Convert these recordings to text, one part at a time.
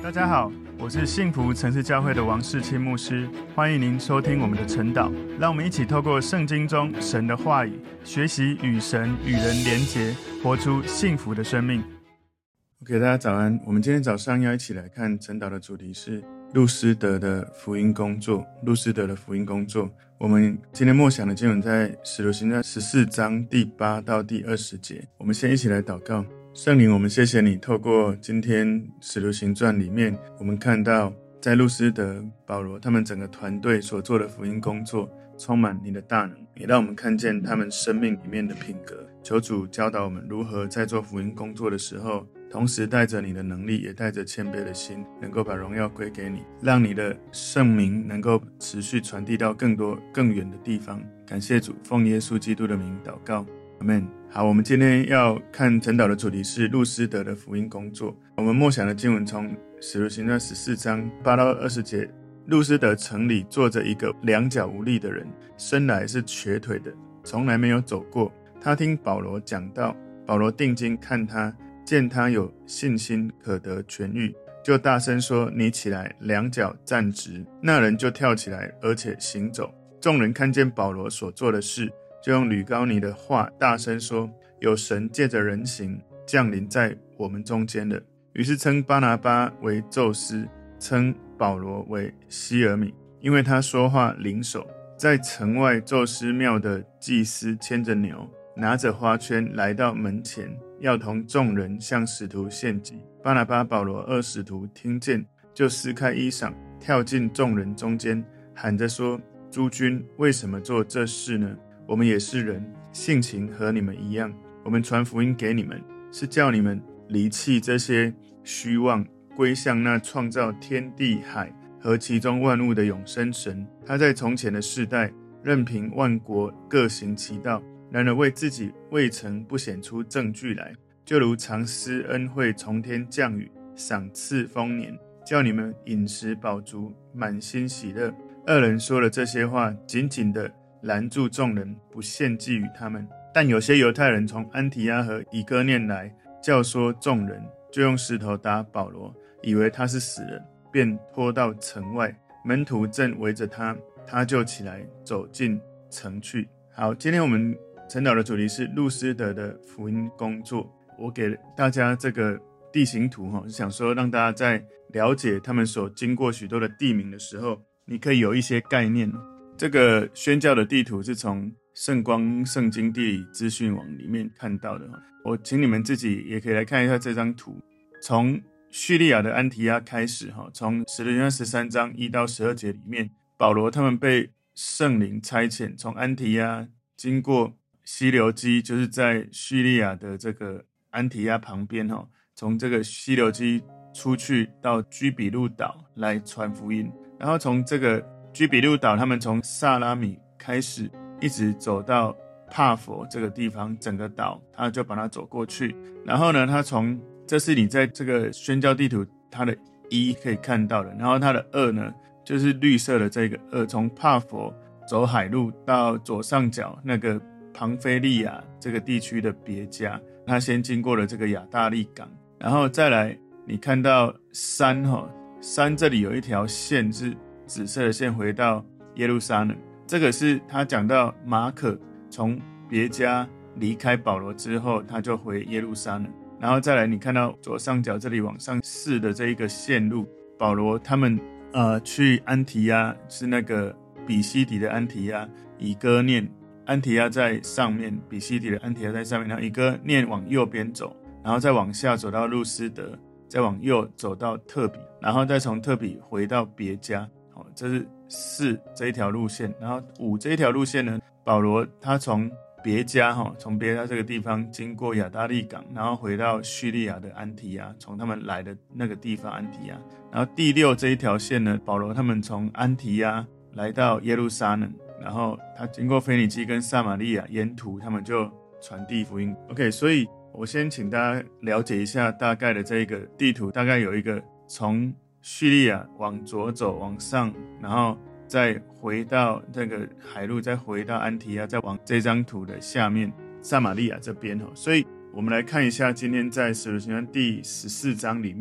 大家好，我是幸福城市教会的王世清牧师，欢迎您收听我们的晨祷。让我们一起透过圣经中神的话语，学习与神与人连结，活出幸福的生命。OK， 大家早安。我们今天早上要一起来看晨祷的主题是路斯德的福音工作。路斯德的福音工作，我们今天默想的经文在使徒行传14章第8到第20节。我们先一起来祷告。圣灵，我们谢谢你，透过今天使徒行传里面，我们看到在路斯德、保罗他们整个团队所做的福音工作，充满你的大能，也让我们看见他们生命里面的品格。求主教导我们如何在做福音工作的时候，同时带着你的能力，也带着谦卑的心，能够把荣耀归给你，让你的圣名能够持续传递到更多更远的地方。感谢主，奉耶稣基督的名祷告，阿们。好，我们今天要看晨祷的主题是路斯德的福音工作。我们默想的经文从使徒行传14章8到20节。路斯德城里坐着一个两脚无力的人，生来是瘸腿的，从来没有走过。他听保罗讲道，保罗定睛看他，见他有信心可得痊愈，就大声说：你起来，两脚站直。那人就跳起来，而且行走。众人看见保罗所做的事，就用吕高尼的话大声说：有神借着人形降临在我们中间了。于是称巴拿巴为宙斯，称保罗为希尔米，因为他说话灵手。在城外宙斯庙的祭司牵着牛，拿着花圈来到门前，要同众人向使徒献祭。巴拿巴、保罗二使徒听见，就撕开衣裳，跳进众人中间，喊着说：诸君，为什么做这事呢？我们也是人，性情和你们一样。我们传福音给你们，是叫你们离弃这些虚妄，归向那创造天地海和其中万物的永生神。他在从前的世代，任凭万国各行其道，然而为自己未曾不显出证据来，就如常施恩惠，从天降雨，赏赐丰年，叫你们饮食饱足，满心喜乐。二人说了这些话，紧紧地拦住众人，不献祭与他们。但有些犹太人从安提阿和以哥念来，教唆众人，就用石头打保罗，以为他是死人，便拖到城外。门徒正围着他，他就起来走进城去。好，今天我们晨祷的主题是路斯德的福音工作。我给大家这个地形图，是想说让大家在了解他们所经过许多的地名的时候，你可以有一些概念。这个宣教的地图是从圣光圣经地理资讯网里面看到的，我请你们自己也可以来看一下这张图。从叙利亚的安提阿开始，从使徒行传13章1到12节里面，保罗他们被圣灵差遣，从安提阿经过西流基，就是在叙利亚的这个安提阿旁边，从这个西流基出去到居比路岛来传福音。然后从这个居比路岛，他们从萨拉米开始，一直走到帕佛这个地方，整个岛他就把它走过去。然后呢，他从这是你在这个宣教地图它的1可以看到的，然后它的2呢，就是绿色的这个2，从帕佛走海路到左上角那个庞菲利亚这个地区的别家，他先经过了这个亚大利港，然后再来你看到山这里有一条线是紫色的线回到耶路撒冷，这个是他讲到马可从别家离开保罗之后，他就回耶路撒冷。然后再来你看到左上角这里往上4的这一个线路，保罗他们去安提阿，是那个比西底的安提阿，以哥念，安提阿在上面，比西底的安提阿在上面，然后以哥念往右边走，然后再往下走到路斯德，再往右走到特比，然后再从特比回到别家。这是4这一条路线。然后5这一条路线呢，保罗他从别家这个地方经过亚大利港，然后回到叙利亚的安提阿，从他们来的那个地方安提阿。然后第6这一条线呢，保罗他们从安提阿来到耶路撒冷，然后他经过腓尼基跟撒玛利亚，沿途他们就传递福音。 OK， 所以我先请大家了解一下大概的这个地图，大概有一个从叙利亚往左走往上，然后再回到这个海路，再回到安提阿，再往这张图的下面撒玛利亚这边。所以我们来看一下今天在使徒行传第14章里面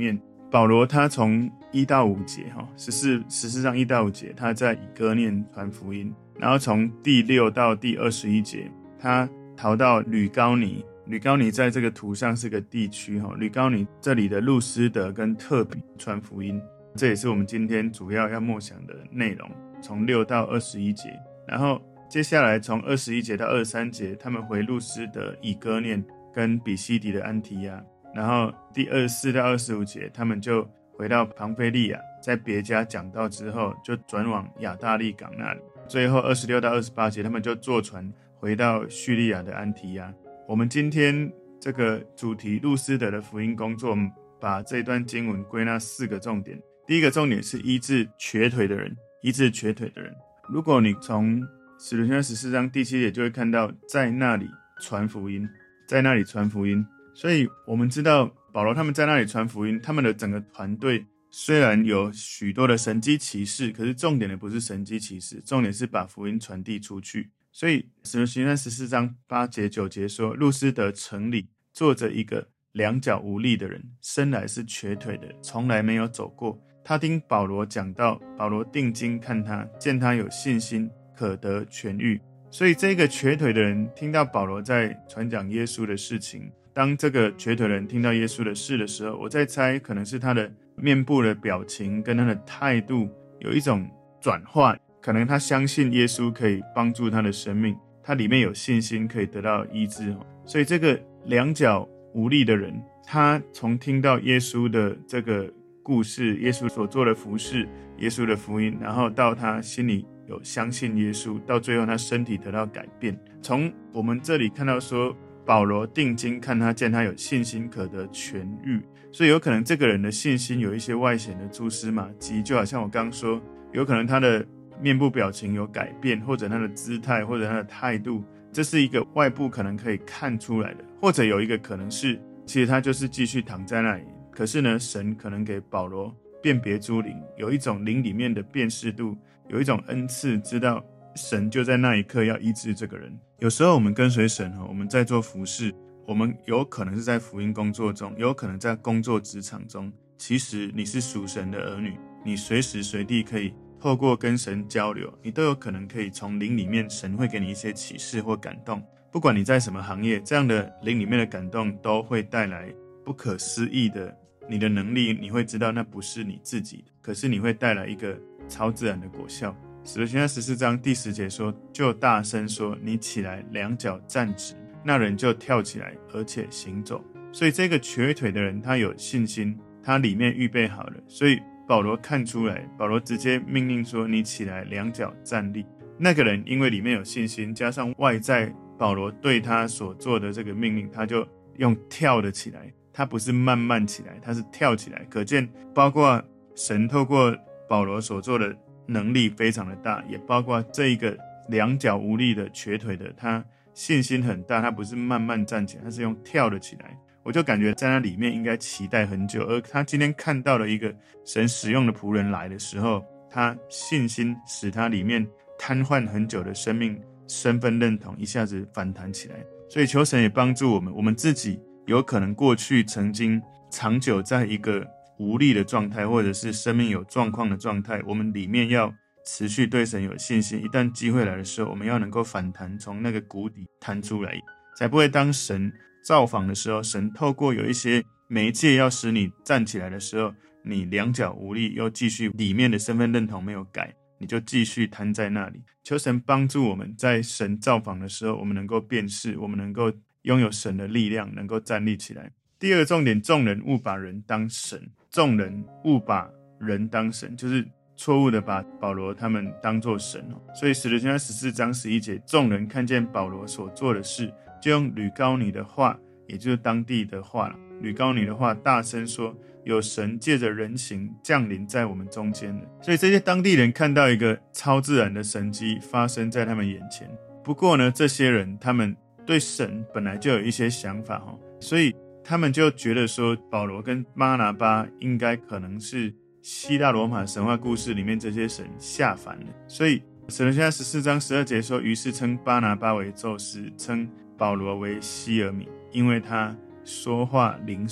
保罗他从1到5节十四章1到5节，他在以哥念传福音，然后从第6到第21节，他逃到吕高尼。吕高尼在这个图上是个地区，吕高尼这里的路斯德跟特比传福音，这也是我们今天主要要默想的内容，从6到21节。然后接下来从21节到23节，他们回路斯德、以哥念跟比西底的安提亚。然后第24到25节，他们就回到庞菲利亚，在别家讲道之后，就转往亚大利港那里。最后26到28节，他们就坐船回到叙利亚的安提亚。我们今天这个主题路斯德的福音工作，把这段经文归纳4个重点。第一个重点是医治瘸腿的人，医治瘸腿的人。如果你从使徒行传14章第7节就会看到，在那里传福音，在那里传福音。所以我们知道保罗他们在那里传福音，他们的整个团队虽然有许多的神迹奇事，可是重点的不是神迹奇事，重点是把福音传递出去。所以使徒行传14章8节9节说，路斯德城里坐着一个两脚无力的人，生来是瘸腿的，从来没有走过。他听保罗讲道，保罗定睛看他，见他有信心，可得痊愈。所以这个瘸腿的人听到保罗在传讲耶稣的事情，当这个瘸腿的人听到耶稣的事的时候，我在猜可能是他的面部的表情跟他的态度有一种转化，可能他相信耶稣可以帮助他的生命，他里面有信心可以得到医治。所以这个两脚无力的人，他从听到耶稣的这个故事，耶稣所做的服事，耶稣的福音，然后到他心里有相信耶稣，到最后他身体得到改变。从我们这里看到说，保罗定睛看他，见他有信心可得痊愈。所以有可能这个人的信心有一些外显的蛛丝马迹，就好像我刚刚说，有可能他的面部表情有改变，或者他的姿态，或者他的态度，这是一个外部可能可以看出来的。或者有一个可能是，其实他就是继续躺在那里，可是呢，神可能给保罗辨别诸灵，有一种灵里面的辨识度，有一种恩赐，知道神就在那一刻要医治这个人。有时候我们跟随神，我们在做服事，我们有可能是在福音工作中，有可能在工作职场中，其实你是属神的儿女，你随时随地可以透过跟神交流，你都有可能可以从灵里面，神会给你一些启示或感动。不管你在什么行业，这样的灵里面的感动都会带来不可思议的你的能力，你会知道那不是你自己的，可是你会带来一个超自然的果效。使徒行传14章第10节说，就大声说，你起来，两脚站直，那人就跳起来，而且行走。所以这个瘸腿的人他有信心，他里面预备好了，所以保罗看出来，保罗直接命令说，你起来，两脚站立。那个人因为里面有信心，加上外在保罗对他所做的这个命令，他就用跳的起来，他不是慢慢起来，他是跳起来。可见包括神透过保罗所做的能力非常的大，也包括这一个两脚无力的瘸腿的，他信心很大，他不是慢慢站起来，他是用跳的起来。我就感觉在那里面应该期待很久，而他今天看到了一个神使用的仆人来的时候，他信心使他里面瘫痪很久的生命身份认同一下子反弹起来。所以求神也帮助我们，我们自己有可能过去曾经长久在一个无力的状态，或者是生命有状况的状态，我们里面要持续对神有信心，一旦机会来的时候，我们要能够反弹，从那个谷底弹出来，才不会当神造访的时候，神透过有一些媒介要使你站起来的时候，你两脚无力，又继续里面的身份认同没有改，你就继续瘫在那里。求神帮助我们在神造访的时候，我们能够辨识，我们能够拥有神的力量，能够站立起来。第二个重点，众人误把人当神。众人误把人当神，就是错误的把保罗他们当作神。所以使徒行传14章11节，众人看见保罗所做的事，就用吕高尼的话，也就是当地的话了，吕高尼的话大声说，有神借着人形降临在我们中间了。所以这些当地人看到一个超自然的神迹发生在他们眼前。不过呢，这些人他们对神本来就有一些想法，所以他们就觉得说，保罗跟巴拿巴应该可能是希腊罗马神话故事里面这些神下凡了。所以使徒行传14章12节说，于是称巴拿巴为宙斯，称保罗为希尔米，因为他说话灵手。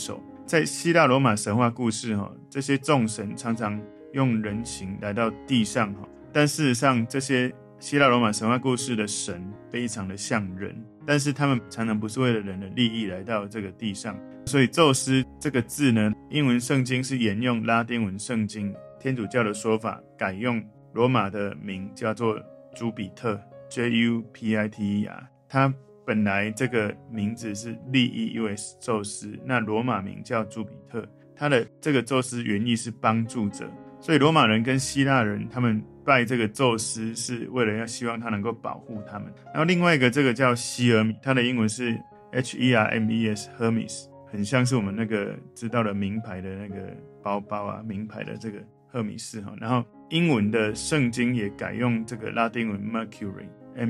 在希腊罗马神话故事这些众神常常用人形来到地上，但事实上这些希腊罗马神话故事的神非常的像人，但是他们常常不是为了人的利益来到这个地上。所以宙斯这个字呢，英文圣经是沿用拉丁文圣经天主教的说法，改用罗马的名叫做朱比特 Jupiter。 他本来这个名字是利益因为宙斯，那罗马名叫朱比特，他的这个宙斯原意是帮助者，所以罗马人跟希腊人他们拜这个宙斯是为了要希望他能够保护他们。然后另外一个这个叫希尔米，它的英文是 Hermes Hermes， 很像是我们那个知道的名牌的那个包包啊，名牌的这个赫米士。然后英文的圣经也改用这个拉丁文 Mercury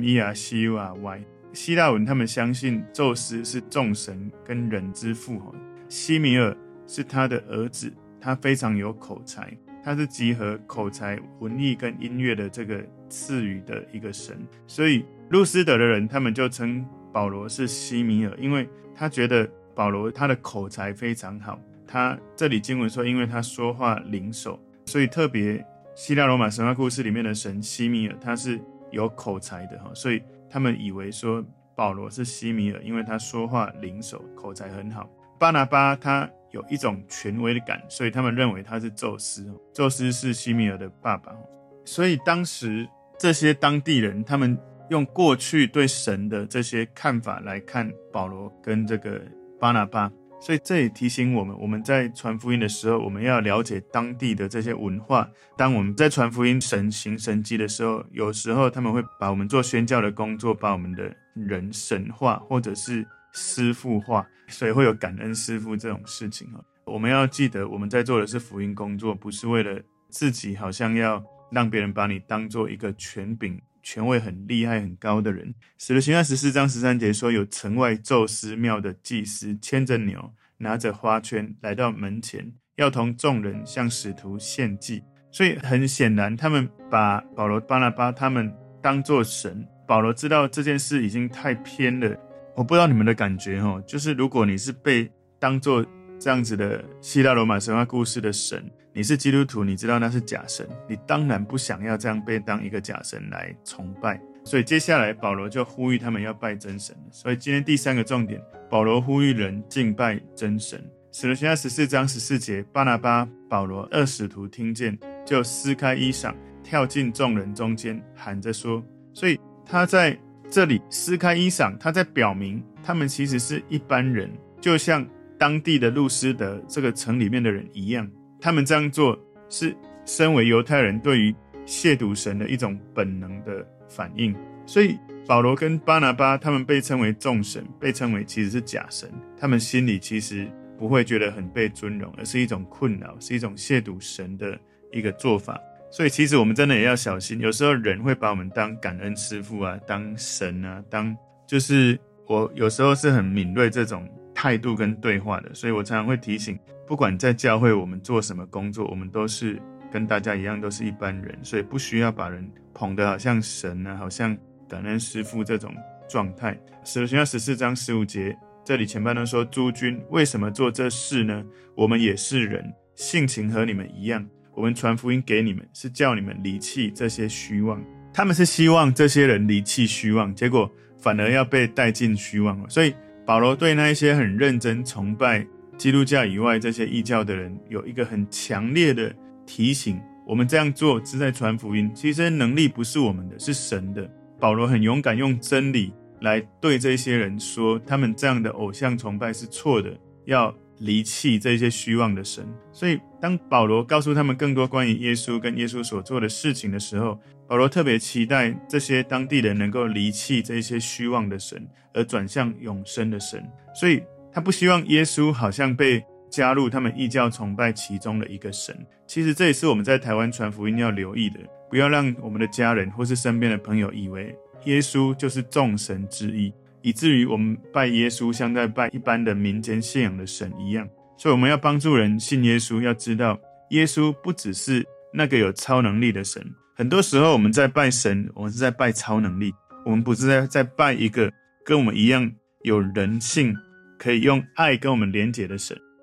Mercury。 希腊文他们相信宙斯是众神跟人之父，西米尔是他的儿子，他非常有口才，他是集合口才、文艺跟音乐的这个赐予的一个神。所以路斯德的人他们就称保罗是西米尔，因为他觉得保罗他的口才非常好，他这里经文说因为他说话灵手，所以特别希腊罗马神话故事里面的神西米尔他是有口才的，所以他们以为说保罗是西米尔，因为他说话灵手，口才很好。巴拿巴他有一种权威的感，所以他们认为他是宙斯，宙斯是西米尔的爸爸。所以当时这些当地人他们用过去对神的这些看法来看保罗跟这个巴拿巴，所以这也提醒我们，我们在传福音的时候，我们要了解当地的这些文化。当我们在传福音神行神迹的时候，有时候他们会把我们做宣教的工作，把我们的人神化或者是师父化，所以会有感恩师父这种事情。我们要记得我们在做的是福音工作，不是为了自己好像要让别人把你当做一个权柄权位很厉害很高的人。使徒行传14章13节说，有城外宙斯庙的祭司牵着牛，拿着花圈来到门前，要同众人向使徒献祭。所以很显然他们把保罗巴拿巴他们当作神。保罗知道这件事已经太偏了，我不知道你们的感觉就是如果你是被当作这样子的希腊罗马神话故事的神，你是基督徒，你知道那是假神，你当然不想要这样被当一个假神来崇拜。所以接下来保罗就呼吁他们要拜真神。所以今天第三个重点，保罗呼吁人敬拜真神。使徒行传14章14节，巴拿巴、保罗二使徒听见，就撕开衣裳，跳进众人中间，喊着说。所以他在这里撕开衣裳，他在表明他们其实是一般人，就像当地的路斯德这个城里面的人一样。他们这样做是身为犹太人对于亵渎神的一种本能的反应。所以保罗跟巴拿巴他们被称为众神，被称为其实是假神，他们心里其实不会觉得很被尊荣，而是一种困扰，是一种亵渎神的一个做法。所以其实我们真的也要小心，有时候人会把我们当感恩师父啊，当神啊，就是我有时候是很敏锐这种态度跟对话的。所以我常常会提醒，不管在教会我们做什么工作，我们都是跟大家一样，都是一般人，所以不需要把人捧得好像神啊，好像感恩师父这种状态。使徒行传14章15节，这里前半段说，诸君为什么做这事呢？我们也是人，性情和你们一样，我们传福音给你们，是叫你们离弃这些虚妄。他们是希望这些人离弃虚妄，结果反而要被带进虚妄了。所以保罗对那一些很认真崇拜基督教以外这些异教的人有一个很强烈的提醒，我们这样做是在传福音，其实能力不是我们的，是神的。保罗很勇敢用真理来对这些人说，他们这样的偶像崇拜是错的，要离弃这些虚妄的神。所以当保罗告诉他们更多关于耶稣跟耶稣所做的事情的时候，保罗特别期待这些当地人能够离弃这些虚妄的神，而转向永生的神。所以他不希望耶稣好像被加入他们异教崇拜其中的一个神。其实这也是我们在台湾传福音要留意的，不要让我们的家人或是身边的朋友以为耶稣就是众神之一，以至于我们拜耶稣像在拜一般的民间信仰的神一样。所以我们要帮助人信耶稣，要知道耶稣不只是那个有超能力的神。很多时候我们在拜神，我们是在拜超能力，我们不是在拜一个跟我们一样有人性，可以用爱跟我们连结的神。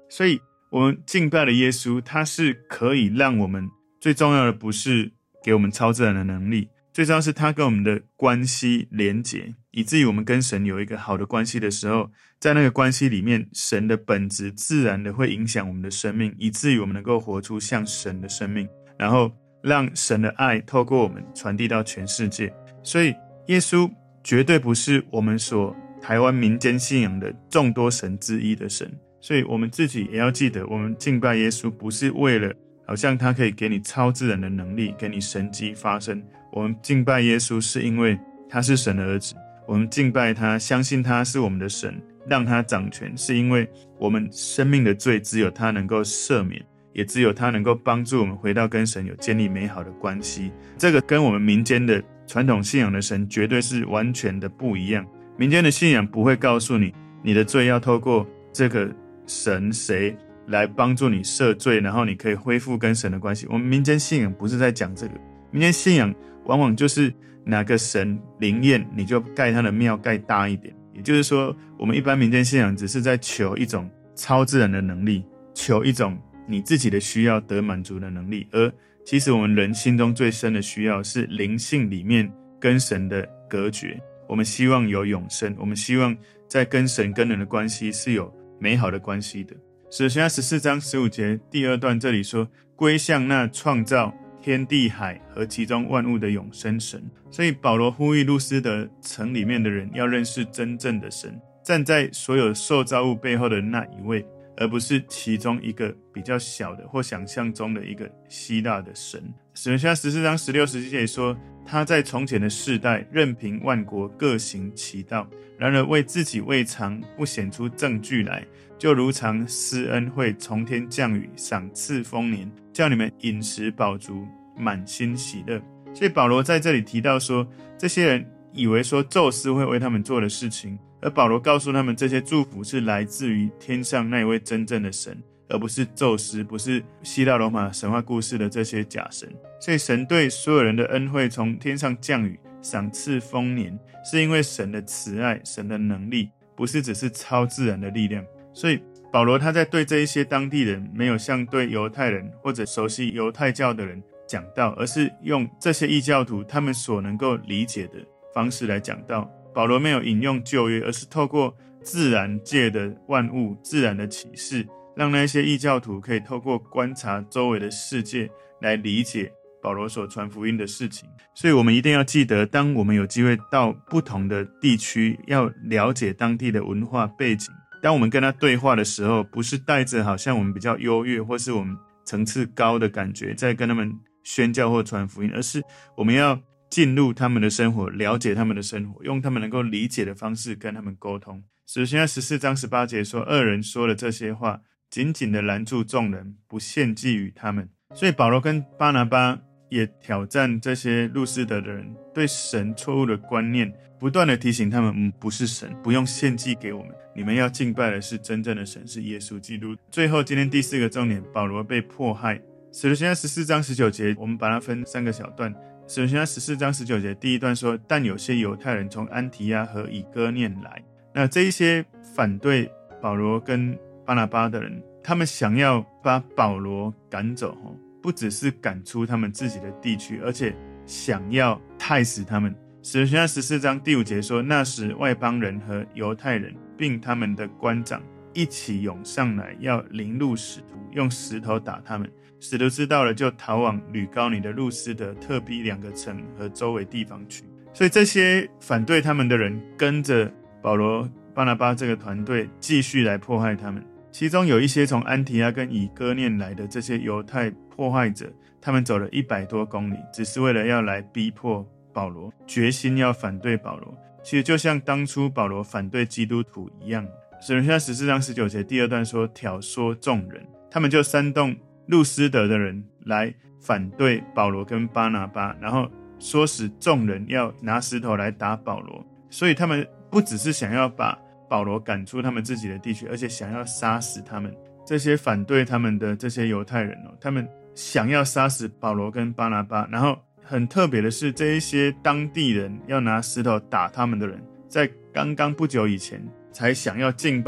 所以我们敬拜的耶稣，他是可以让我们，最重要的不是给我们超自然的能力，最重要是他跟我们的关系连结，以至于我们跟神有一个好的关系的时候，在那个关系里面，神的本质自然的会影响我们的生命，以至于我们能够活出像神的生命，然后让神的爱透过我们传递到全世界。所以耶稣绝对不是我们所台湾民间信仰的众多神之一的神，所以我们自己也要记得，我们敬拜耶稣不是为了好像他可以给你超自然的能力，给你神迹发生。我们敬拜耶稣是因为他是神的儿子，我们敬拜他，相信他是我们的神，让他掌权，是因为我们生命的罪只有他能够赦免，也只有他能够帮助我们回到跟神有建立美好的关系。这个跟我们民间的传统信仰的神绝对是完全的不一样。民间的信仰不会告诉你，你的罪要透过这个神谁来帮助你赦罪，然后你可以恢复跟神的关系。我们民间信仰不是在讲这个，民间信仰往往就是哪个神灵验，你就盖他的庙盖大一点。也就是说，我们一般民间信仰只是在求一种超自然的能力，求一种你自己的需要得满足的能力，而其实我们人心中最深的需要是灵性里面跟神的隔绝。我们希望有永生，我们希望在跟神跟人的关系是有美好的关系的。使徒行传14章15节第2段这里说，归向那创造天地海和其中万物的永生神。所以保罗呼吁路斯德城里面的人要认识真正的神，站在所有受造物背后的那一位，而不是其中一个比较小的或想象中的一个希腊的神。使徒行传14章16、17节说，他在从前的世代任凭万国各行其道，然而为自己未尝不显出证据来，就如常施恩惠，从天降雨，赏赐丰年，叫你们饮食饱足，满心喜乐。所以保罗在这里提到说，这些人以为说宙斯会为他们做的事情，而保罗告诉他们，这些祝福是来自于天上那一位真正的神，而不是宙斯，不是希腊罗马神话故事的这些假神。所以神对所有人的恩惠从天上降雨，赏赐丰年，是因为神的慈爱，神的能力，不是只是超自然的力量。所以保罗他在对这一些当地人，没有像对犹太人或者熟悉犹太教的人讲道，而是用这些异教徒他们所能够理解的方式来讲道。保罗没有引用旧约，而是透过自然界的万物，自然的启示，让那些异教徒可以透过观察周围的世界来理解保罗所传福音的事情。所以我们一定要记得，当我们有机会到不同的地区，要了解当地的文化背景，当我们跟他对话的时候，不是带着好像我们比较优越或是我们层次高的感觉在跟他们宣教或传福音，而是我们要进入他们的生活，了解他们的生活，用他们能够理解的方式跟他们沟通。使徒行传14章18节说，二人说了这些话，紧紧地拦住众人，不献祭于他们。所以保罗跟巴拿巴也挑战这些路斯德的人对神错误的观念，不断地提醒他们，不是神，不用献祭给我们，你们要敬拜的是真正的神，是耶稣基督。最后今天第4个重点，保罗被迫害。使徒行传14章19节，我们把它分3个小段。使徒行传14章19节第一段说，但有些犹太人从安提阿和以哥念来。那这一些反对保罗跟巴拿巴的人，他们想要把保罗赶走，不只是赶出他们自己的地区，而且想要害死他们。使徒行传14章第5节说，那时外邦人和犹太人并他们的官长一起涌上来，要凌辱使徒，用石头打他们。使徒知道了，就逃往吕高尼的路斯德、特庇2个城和周围地方去。所以这些反对他们的人跟着保罗、巴拿巴这个团队继续来迫害他们。其中有一些从安提阿跟以哥念来的这些犹太迫害者，他们走了100多公里，只是为了要来逼迫保罗，决心要反对保罗。其实就像当初保罗反对基督徒一样。使徒行传14章19节第2段说，挑唆众人，他们就煽动路斯德的人来反对保罗跟巴拿巴，然后唆使众人要拿石头来打保罗。所以他们不只是想要把保罗赶出他们自己的地区，而且想要杀死他们这些反对他们的这些犹太人，他们想要杀死保罗跟巴拿巴。然后很特别的是，这一些当地人要拿石头打他们的人，在刚刚不久以前才想要敬拜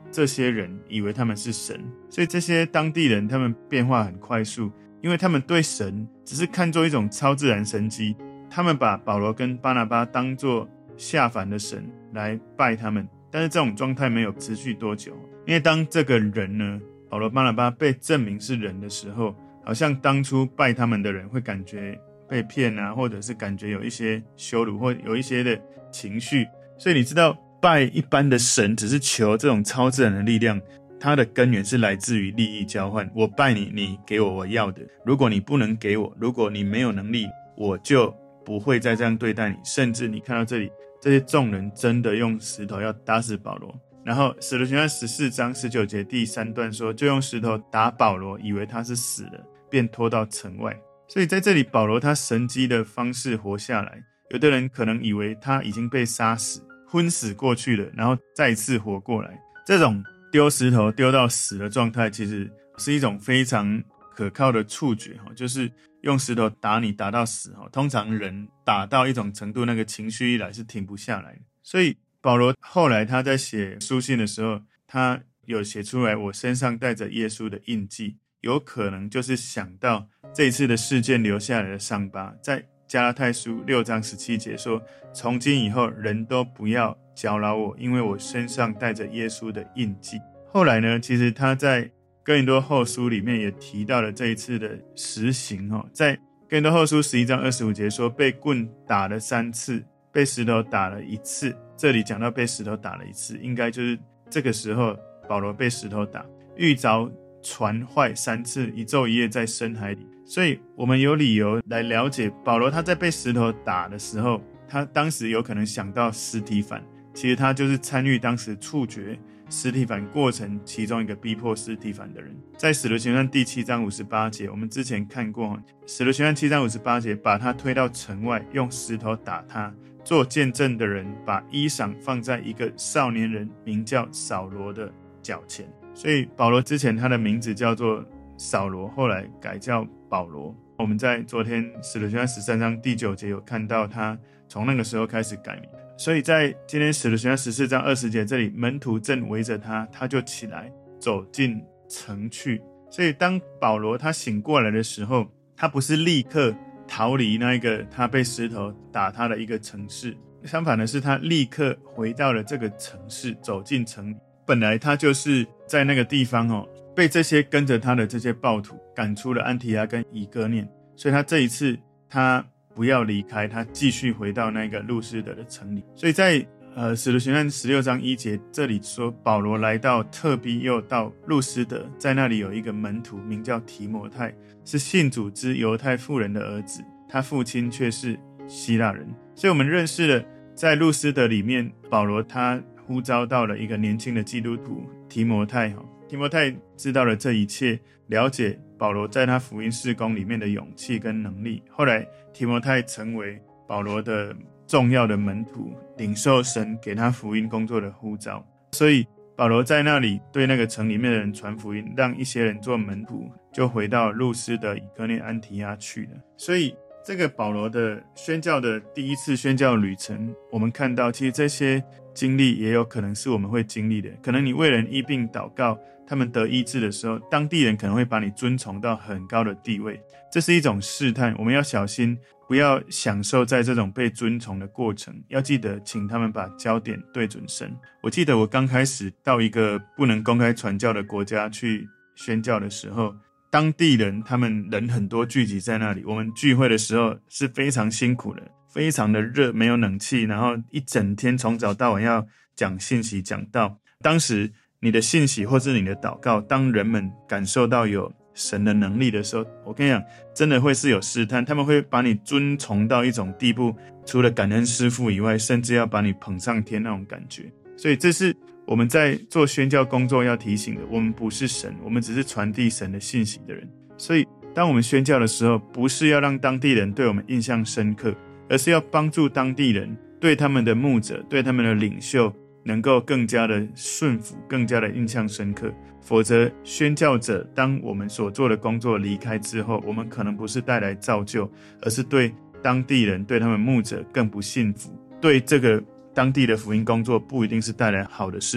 这些人以为他们是神，所以这些当地人他们变化很快速，因为他们对神只是看作一种超自然神迹，他们把保罗跟巴拿巴当作下凡的神来拜他们。但是这种状态没有持续多久，因为当这个人呢，保罗巴拿巴被证明是人的时候，好像当初拜他们的人会感觉被骗啊，或者是感觉有一些羞辱，或有一些的情绪。所以你知道拜一般的神只是求这种超自然的力量，它的根源是来自于利益交换。我拜你，你给我我要的，如果你不能给我，如果你没有能力，我就不会再这样对待你。甚至你看到这里，这些众人真的用石头要打死保罗。然后使徒行传14章19节第3段说，就用石头打保罗，以为他是死了，便拖到城外。所以在这里保罗他神迹的方式活下来，有的人可能以为他已经被杀死昏死过去了，然后再次活过来。这种丢石头丢到死的状态，其实是一种非常可靠的触觉，就是用石头打你打到死。通常人打到一种程度，那个情绪一来是停不下来的。所以保罗后来他在写书信的时候，他有写出来，我身上带着耶稣的印记，有可能就是想到这一次的事件留下来的伤疤。在加拉太书6章17节说，从今以后人都不要搅扰我，因为我身上带着耶稣的印记。后来呢，其实他在哥林多后书里面也提到了这一次的实行。在哥林多后书11章25节说，被棍打了3次，被石头打了1次。这里讲到被石头打了1次，应该就是这个时候保罗被石头打，遇着船坏3次，一昼一夜在深海里。所以我们有理由来了解保罗他在被石头打的时候，他当时有可能想到司提反，其实他就是参与当时处决司提反过程其中一个逼迫司提反的人。在使徒行传第7章58节，我们之前看过，使徒行传7章58节，把他推到城外，用石头打他。做见证的人把衣裳放在一个少年人名叫扫罗的脚前。所以保罗之前他的名字叫做扫罗，后来改叫保罗。我们在昨天使徒行传13章第9节有看到他从那个时候开始改名。所以在今天使徒行传14章20节这里，门徒正围着他，他就起来走进城去。所以当保罗他醒过来的时候，他不是立刻逃离那一个他被石头打他的一个城市，相反的是他立刻回到了这个城市，走进城里。本来他就是在那个地方被这些跟着他的这些暴徒赶出了安提阿跟以哥念，所以他这一次他不要离开，他继续回到那个路斯德的城里。所以在使徒行传16章1节这里说，保罗来到特庇，又到路斯德，在那里有一个门徒名叫提摩太，是信主之犹太妇人的儿子，他父亲却是希腊人。所以我们认识了在路斯德里面，保罗他呼召到了一个年轻的基督徒提摩太。提摩太知道了这一切，了解保罗在他福音事工里面的勇气跟能力。后来提摩太成为保罗的重要的门徒，领受神给他福音工作的呼召。所以保罗在那里对那个城里面的人传福音，让一些人做门徒，就回到路斯德、以哥念、安提阿去了。所以这个保罗的宣教的第一次宣教旅程，我们看到其实这些经历也有可能是我们会经历的。可能你为人医病祷告，他们得医治的时候，当地人可能会把你尊崇到很高的地位，这是一种试探。我们要小心，不要享受在这种被尊崇的过程，要记得请他们把焦点对准神。我记得我刚开始到一个不能公开传教的国家去宣教的时候，当地人他们人很多聚集在那里，我们聚会的时候是非常辛苦的，非常的热，没有冷气，然后一整天从早到晚要讲信息讲道。当时你的信息或是你的祷告，当人们感受到有神的能力的时候，我跟你讲，真的会是有试探，他们会把你尊崇到一种地步，除了感恩师父以外，甚至要把你捧上天那种感觉。所以这是我们在做宣教工作要提醒的，我们不是神，我们只是传递神的信息的人。所以当我们宣教的时候，不是要让当地人对我们印象深刻，而是要帮助当地人对他们的牧者，对他们的领袖能够更加的顺服，更加的印象深刻。否则宣教者当我们所做的工作离开之后，我们可能不是带来造就，而是对当地人，对他们牧者更不信服，对这个当地的福音工作不一定是带来好的事情。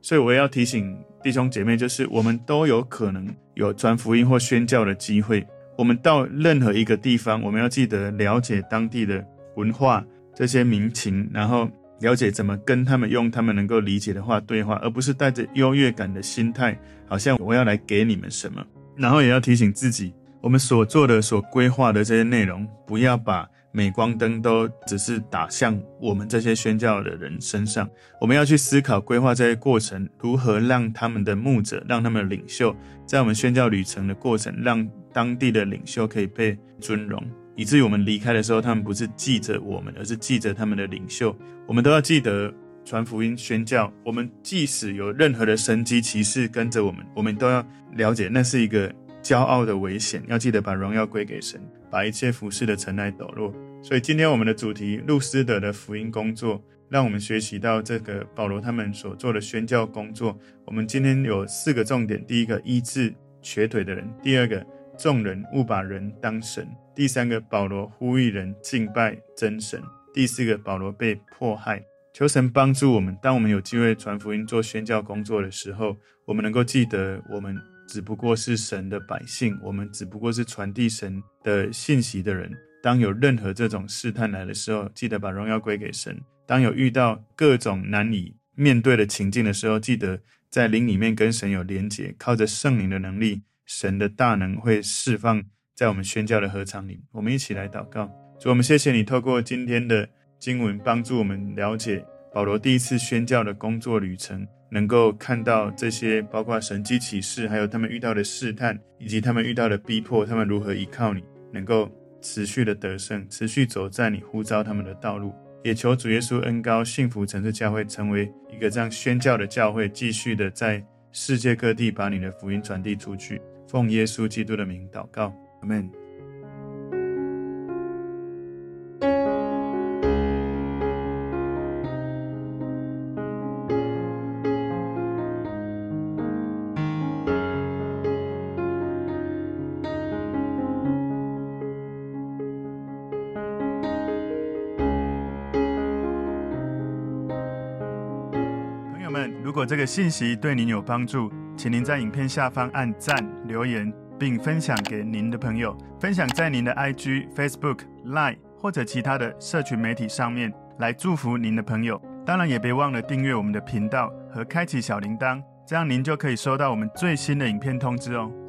所以我也要提醒弟兄姐妹，就是我们都有可能有传福音或宣教的机会。我们到任何一个地方，我们要记得了解当地的文化，这些民情，然后了解怎么跟他们用他们能够理解的话对话，而不是带着优越感的心态，好像我要来给你们什么。然后也要提醒自己，我们所做的所规划的这些内容，不要把镁光灯都只是打向我们这些宣教的人身上。我们要去思考规划这些过程，如何让他们的牧者，让他们的领袖，在我们宣教旅程的过程，让当地的领袖可以被尊荣，以至于我们离开的时候，他们不是记着我们，而是记着他们的领袖。我们都要记得传福音宣教，我们即使有任何的神迹奇事跟着我们，我们都要了解那是一个骄傲的危险，要记得把荣耀归给神，把一切服事的尘埃抖落。所以今天我们的主题路斯德的福音工作，让我们学习到这个保罗他们所做的宣教工作。我们今天有4个重点：第一个，医治瘸腿的人；第二个，众人误把人当神；第3个，保罗呼吁人敬拜真神；第4个，保罗被迫害。求神帮助我们，当我们有机会传福音做宣教工作的时候，我们能够记得我们只不过是神的百姓，我们只不过是传递神的信息的人。当有任何这种试探来的时候，记得把荣耀归给神。当有遇到各种难以面对的情境的时候，记得在灵里面跟神有连结，靠着圣灵的能力，神的大能会释放在我们宣教的禾场里。我们一起来祷告。主，我们谢谢你透过今天的经文帮助我们了解保罗第一次宣教的工作旅程，能够看到这些包括神迹奇事，还有他们遇到的试探，以及他们遇到的逼迫，他们如何依靠你，能够持续的得胜，持续走在你呼召他们的道路。也求主耶稣恩膏幸福城市教会成为一个这样宣教的教会，继续的在世界各地把你的福音传递出去。奉耶稣基督的名祷告，阿们。如果这个信息对您有帮助，请您在影片下方按赞、留言，并分享给您的朋友，分享在您的 IG、Facebook、Line 或者其他的社群媒体上面，来祝福您的朋友。当然也别忘了订阅我们的频道和开启小铃铛，这样您就可以收到我们最新的影片通知哦。